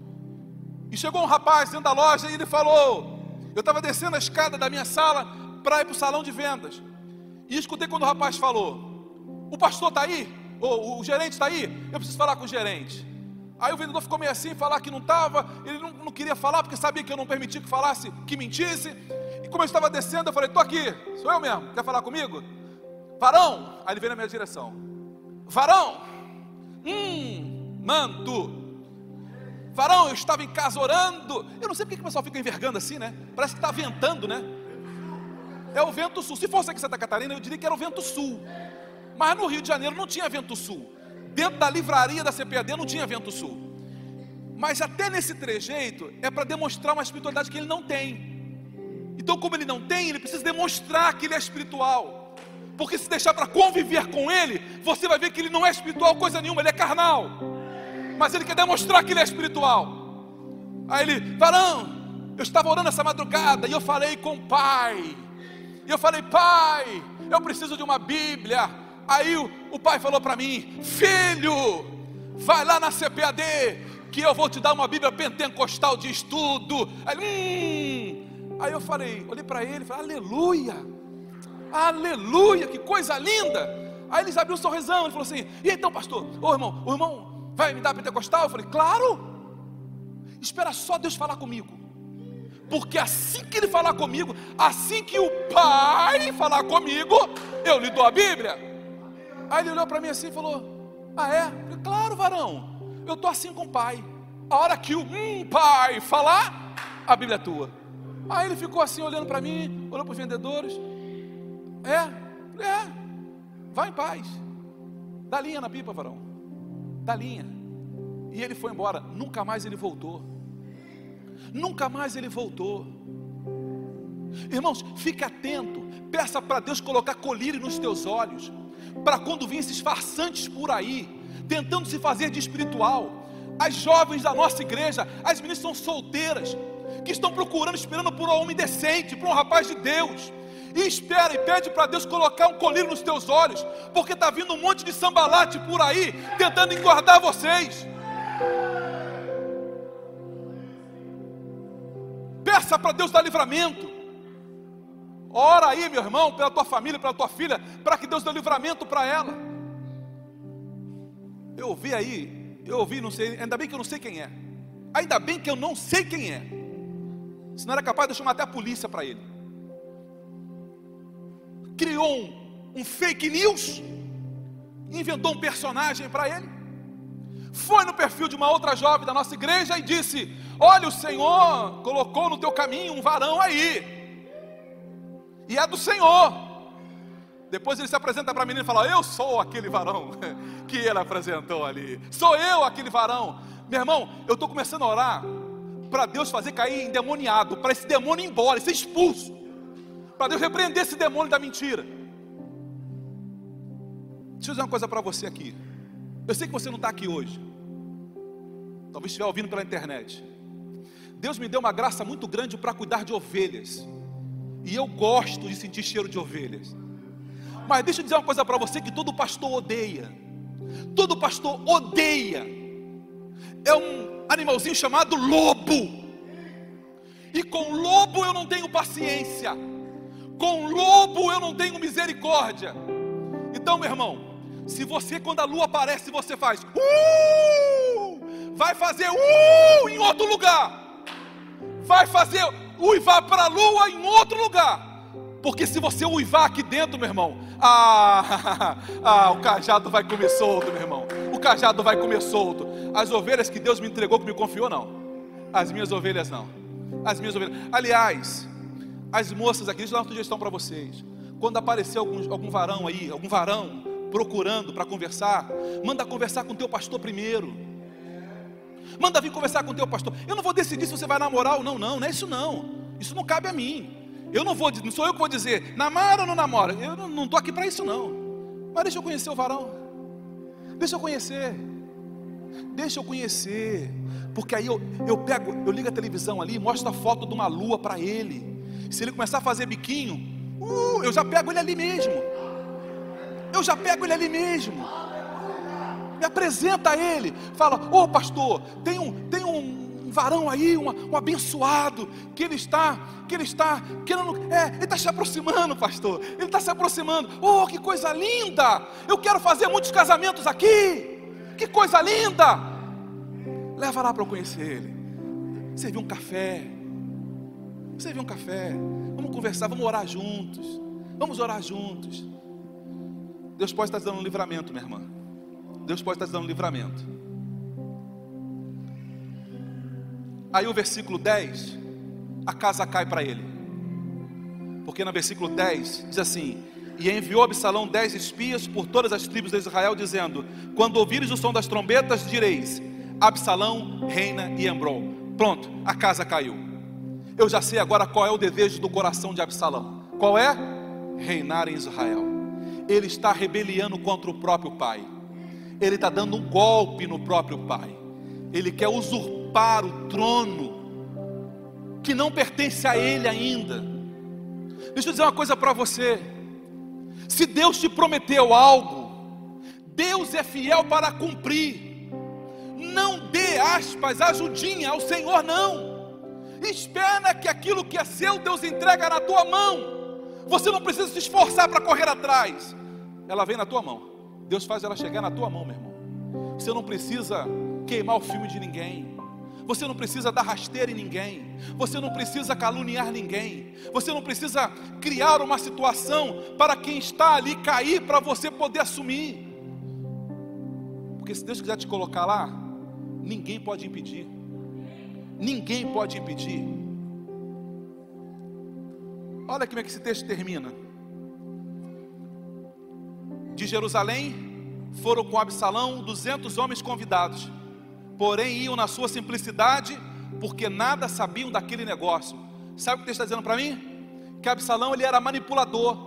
e chegou um rapaz dentro da loja e ele falou... Eu estava descendo a escada da minha sala para ir para o salão de vendas, e escutei quando o rapaz falou: o pastor está aí? Ou o gerente está aí? Eu preciso falar com o gerente. Aí o vendedor ficou meio assim, falar que não estava. Ele não, não queria falar, porque sabia que eu não permitia que falasse, que mentisse. E como eu estava descendo, eu falei: estou aqui, sou eu mesmo, quer falar comigo? Varão. Aí ele veio na minha direção: varão, hum, manto. Varão, eu estava em casa orando. Eu não sei porque que o pessoal fica envergando assim, né? Parece que está ventando, né? É o vento sul. Se fosse aqui em Santa Catarina, eu diria que era o vento sul. Mas no Rio de Janeiro não tinha vento sul. Dentro da livraria da C P A D não tinha vento sul. Mas até nesse trejeito é para demonstrar uma espiritualidade que ele não tem. Então, como ele não tem, ele precisa demonstrar que ele é espiritual. Porque se deixar para conviver com ele, você vai ver que ele não é espiritual coisa nenhuma, ele é carnal. Mas ele quer demonstrar que ele é espiritual. Aí ele: varão, eu estava orando essa madrugada e eu falei com o pai. E eu falei: pai, eu preciso de uma Bíblia. Aí o, o pai falou para mim: filho, vai lá na C P A D, que eu vou te dar uma Bíblia pentecostal de estudo. Aí, hum. Aí eu falei, olhei para ele e falei: aleluia, aleluia, que coisa linda. Aí eles abriram um sorrisão, ele falou assim: e então pastor, ô irmão, o irmão vai me dar pentecostal? Eu falei: claro, espera só Deus falar comigo, porque assim que ele falar comigo, assim que o pai falar comigo, eu lhe dou a Bíblia. Aí ele olhou para mim assim e falou: ah é? Eu falei: claro, varão, eu estou assim com o pai. A hora que o hum, pai falar, a Bíblia é tua. Aí ele ficou assim olhando para mim, olhou para os vendedores. É, é, vai em paz, dá linha na pipa, varão, da linha. E ele foi embora. Nunca mais ele voltou. Nunca mais ele voltou. Irmãos, fique atento. Peça para Deus colocar colírio nos teus olhos, para quando vir esses farsantes por aí, tentando se fazer de espiritual. As jovens da nossa igreja, as meninas são solteiras, que estão procurando, esperando por um homem decente, por um rapaz de Deus. E espera e pede para Deus colocar um colírio nos teus olhos, porque está vindo um monte de sambalate por aí, tentando engordar vocês. Peça para Deus dar livramento. Ora aí, meu irmão, pela tua família, pela tua filha, para que Deus dê livramento para ela. Eu ouvi aí, eu ouvi, não sei, ainda bem que eu não sei quem é. Ainda bem que eu não sei quem é. Senão era capaz de eu chamar até a polícia para ele. Criou um, um fake news, inventou um personagem para ele, foi no perfil de uma outra jovem da nossa igreja e disse: olha, o Senhor colocou no teu caminho um varão aí, e é do Senhor. Depois ele se apresenta para a menina e fala: eu sou aquele varão que ele apresentou ali, sou eu aquele varão. Meu irmão, eu estou começando a orar para Deus fazer cair endemoniado, para esse demônio ir embora, ser expulso, para Deus repreender esse demônio da mentira. Deixa eu dizer uma coisa para você aqui. Eu sei que você não está aqui hoje, talvez estiver ouvindo pela internet. Deus me deu uma graça muito grande para cuidar de ovelhas, e eu gosto de sentir cheiro de ovelhas. Mas deixa eu dizer uma coisa para você que todo pastor odeia. Todo pastor odeia. É um animalzinho chamado lobo. E com lobo eu não tenho paciência. Com lobo eu não tenho misericórdia. Então, meu irmão, se você, quando a lua aparece, você faz uh, vai fazer uh, em outro lugar. Vai fazer uivar para a lua em outro lugar. Porque se você uivar aqui dentro, meu irmão, ah, ah, o cajado vai comer solto, meu irmão. O cajado vai comer solto. As ovelhas que Deus me entregou, que me confiou, não. As minhas ovelhas não. As minhas ovelhas. Aliás, as moças aqui, deixa eu dar uma sugestão para vocês. Quando aparecer algum, algum varão aí, algum varão procurando para conversar, manda conversar com o teu pastor primeiro. Manda vir conversar com o teu pastor. Eu não vou decidir se você vai namorar ou não, não, não é isso não. Isso não cabe a mim. Eu não vou, não sou eu que vou dizer, namora ou não namora. Eu não estou aqui para isso não. Mas deixa eu conhecer o varão. Deixa eu conhecer. Deixa eu conhecer. Porque aí eu, eu pego, eu ligo a televisão ali, mostro a foto de uma lua para ele. Se ele começar a fazer biquinho, uh, eu já pego ele ali mesmo. Eu já pego ele ali mesmo. Me apresenta a ele. Fala, ô oh, pastor, tem um, tem um um varão aí, um, um abençoado, que ele está, que ele está querendo, é, ele está se aproximando, pastor, ele está se aproximando, oh, que coisa linda, eu quero fazer muitos casamentos aqui, que coisa linda, leva lá para eu conhecer ele, servir um café, servir um café, vamos conversar, vamos orar juntos, vamos orar juntos. Deus pode estar te dando um livramento, minha irmã, Deus pode estar te dando um livramento. Aí o versículo dez, a casa cai para ele. Porque no versículo dez diz assim: e enviou Absalão dez espias por todas as tribos de Israel, dizendo: quando ouvires o som das trombetas, direis: Absalão reina em Hebrom. Pronto, a casa caiu. Eu já sei agora qual é o desejo do coração de Absalão. Qual é? Reinar em Israel. Ele está rebeliando contra o próprio pai. Ele está dando um golpe no próprio pai. Ele quer usurpar o trono que não pertence a ele ainda. Deixa eu dizer uma coisa para você. Se Deus te prometeu algo, Deus é fiel para cumprir. Não dê aspas, ajudinha ao Senhor, não. Espera que aquilo que é seu, Deus entrega na tua mão. Você não precisa se esforçar para correr atrás. Ela vem na tua mão. Deus faz ela chegar na tua mão, meu irmão. Você não precisa queimar o filme de ninguém. Você não precisa dar rasteira em ninguém. Você não precisa caluniar ninguém. Você não precisa criar uma situação para quem está ali cair, para você poder assumir. Porque se Deus quiser te colocar lá, ninguém pode impedir. Ninguém pode impedir. Olha como é que esse texto termina. De Jerusalém foram com Absalão duzentos homens convidados, porém iam na sua simplicidade, porque nada sabiam daquele negócio. Sabe o que o texto está dizendo para mim? Que Absalão, ele era manipulador.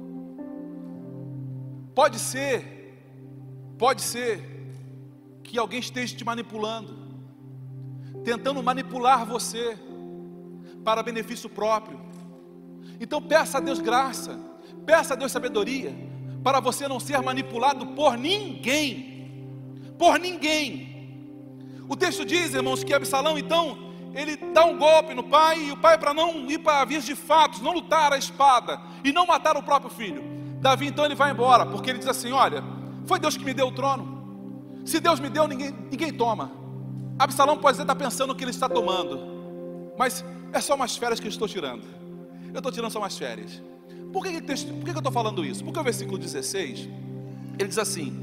Pode ser, pode ser que alguém esteja te manipulando, tentando manipular você para benefício próprio. Então peça a Deus graça, peça a Deus sabedoria, para você não ser manipulado por ninguém, por ninguém. O texto diz, irmãos, que Absalão então, ele dá um golpe no pai, e o pai, para não ir para vias de fatos, não lutar a espada, e não matar o próprio filho, Davi então ele vai embora, porque ele diz assim: olha, foi Deus que me deu o trono, se Deus me deu, ninguém, ninguém toma. Absalão pode estar pensando que ele está tomando, mas é só umas férias que eu estou tirando, eu estou tirando só umas férias. Por que, que, por que eu estou falando isso? Porque o versículo dezesseis, ele diz assim: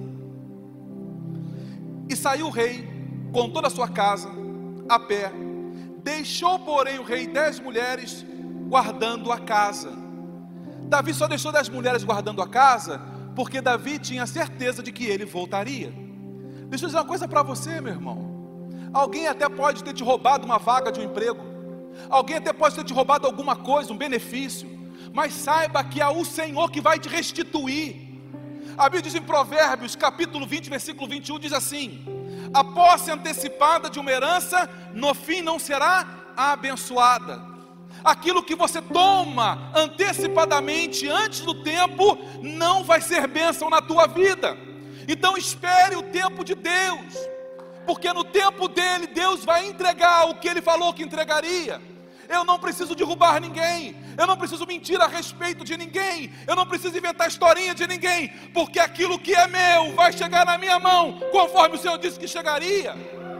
e saiu o rei com toda a sua casa, a pé, deixou porém o rei dez mulheres guardando a casa. Davi só deixou dez mulheres guardando a casa, porque Davi tinha certeza de que ele voltaria. Deixa eu dizer uma coisa para você, meu irmão. Alguém até pode ter te roubado uma vaga de um emprego, alguém até pode ter te roubado alguma coisa, um benefício, mas saiba que é o Senhor que vai te restituir. A Bíblia diz em Provérbios, capítulo vinte, versículo vinte e um, diz assim: a posse antecipada de uma herança, no fim não será abençoada. aquilo que você toma antecipadamente, antes do tempo, não vai ser bênção na tua vida. Então espere o tempo de Deus, porque no tempo dele, Deus vai entregar o que ele falou que entregaria. Eu não preciso derrubar ninguém, eu não preciso mentir a respeito de ninguém, eu não preciso inventar historinha de ninguém, porque aquilo que é meu vai chegar na minha mão, conforme o Senhor disse que chegaria.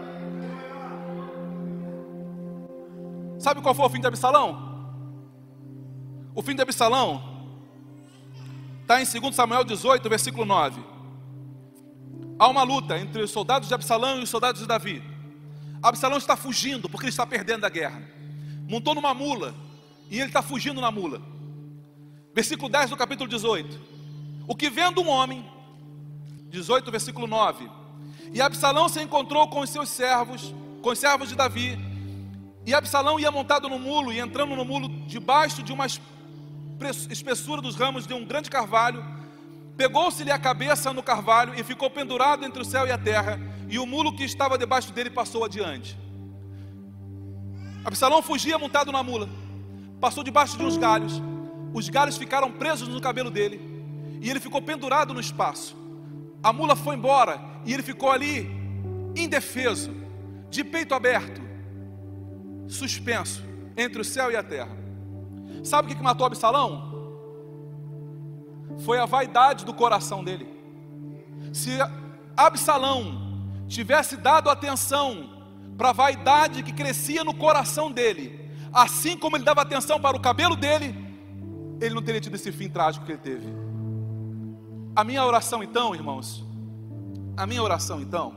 Sabe qual foi o fim de Absalão? O fim de Absalão está em dois Samuel dezoito, versículo nove. Há uma luta entre os soldados de Absalão e os soldados de Davi. Absalão está fugindo porque ele está perdendo a guerra. Montou numa mula e ele está fugindo na mula. Versículo dez do capítulo dezoito. O que vendo um homem, dezoito, versículo nove. E Absalão se encontrou com os seus servos, com os servos de Davi. E Absalão ia montado no mulo, e entrando no mulo, debaixo de uma espessura dos ramos de um grande carvalho, pegou-se-lhe a cabeça no carvalho e ficou pendurado entre o céu e a terra, e o mulo que estava debaixo dele passou adiante. Absalão fugia montado na mula, passou debaixo de uns galhos, os galhos ficaram presos no cabelo dele, e ele ficou pendurado no espaço. A mula foi embora, e ele ficou ali, indefeso, de peito aberto, suspenso, entre o céu e a terra. Sabe o que matou Absalão? Foi a vaidade do coração dele. Se Absalão tivesse dado atenção para a vaidade que crescia no coração dele, assim como ele dava atenção para o cabelo dele, ele não teria tido esse fim trágico que ele teve. A minha oração então, irmãos, a minha oração então,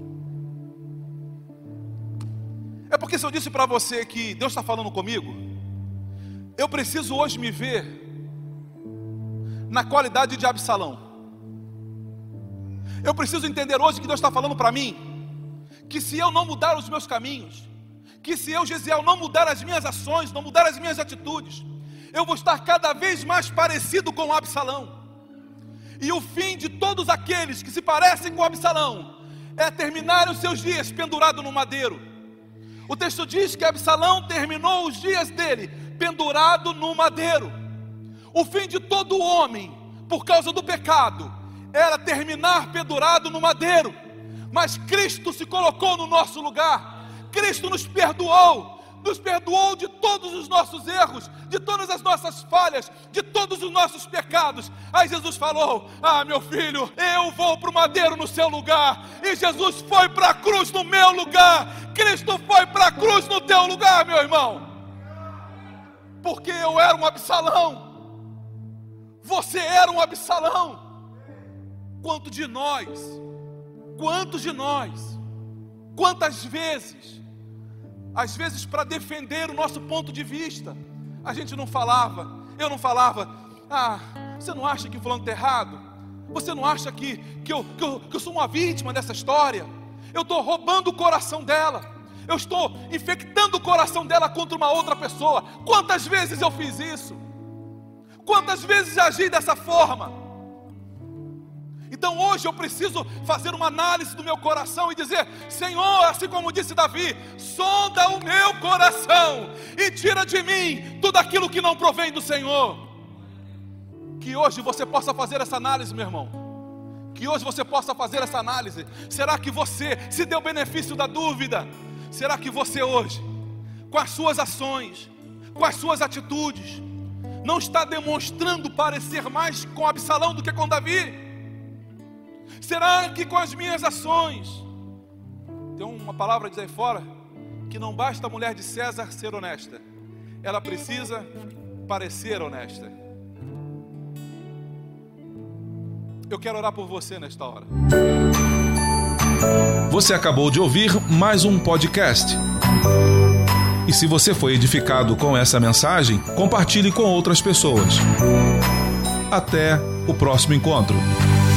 é porque se eu disse para você que Deus está falando comigo, eu preciso hoje me ver na qualidade de Absalão. Eu preciso entender hoje que Deus está falando para mim, que se eu não mudar os meus caminhos, que se eu, Gesiel, não mudar as minhas ações, não mudar as minhas atitudes, eu vou estar cada vez mais parecido com Absalão. E o fim de todos aqueles que se parecem com Absalão é terminar os seus dias pendurado no madeiro. O texto diz que Absalão terminou os dias dele pendurado no madeiro. O fim de todo homem, por causa do pecado, era terminar pendurado no madeiro. Mas Cristo se colocou no nosso lugar. Cristo nos perdoou, nos perdoou de todos os nossos erros, de todas as nossas falhas, de todos os nossos pecados. Aí Jesus falou: ah, meu filho, eu vou para o madeiro no seu lugar. E Jesus foi para a cruz no meu lugar. Cristo foi para a cruz no teu lugar, meu irmão. Porque eu era um Absalão, você era um Absalão. Quanto de nós, quantos de nós, quantas vezes, às vezes para defender o nosso ponto de vista, a gente não falava, eu não falava: ah, você não acha que o fulano está errado? Você não acha que, que, eu, que, eu, que eu sou uma vítima dessa história? Eu estou roubando o coração dela, eu estou infectando o coração dela contra uma outra pessoa. Quantas vezes eu fiz isso? Quantas vezes agi dessa forma? Então hoje eu preciso fazer uma análise do meu coração e dizer: Senhor, assim como disse Davi, sonda o meu coração e tira de mim tudo aquilo que não provém do Senhor. Que hoje você possa fazer essa análise, meu irmão. Que hoje você possa fazer essa análise. Será que você se deu o benefício da dúvida? Será que você hoje, com as suas ações, com as suas atitudes, não está demonstrando parecer mais com Absalão do que com Davi? Será que com as minhas ações, tem uma palavra diz aí fora, que não basta a mulher de César ser honesta, ela precisa parecer honesta. Eu quero orar por você nesta hora. Você acabou de ouvir mais um podcast. E se você foi edificado com essa mensagem, compartilhe com outras pessoas. Até o próximo encontro.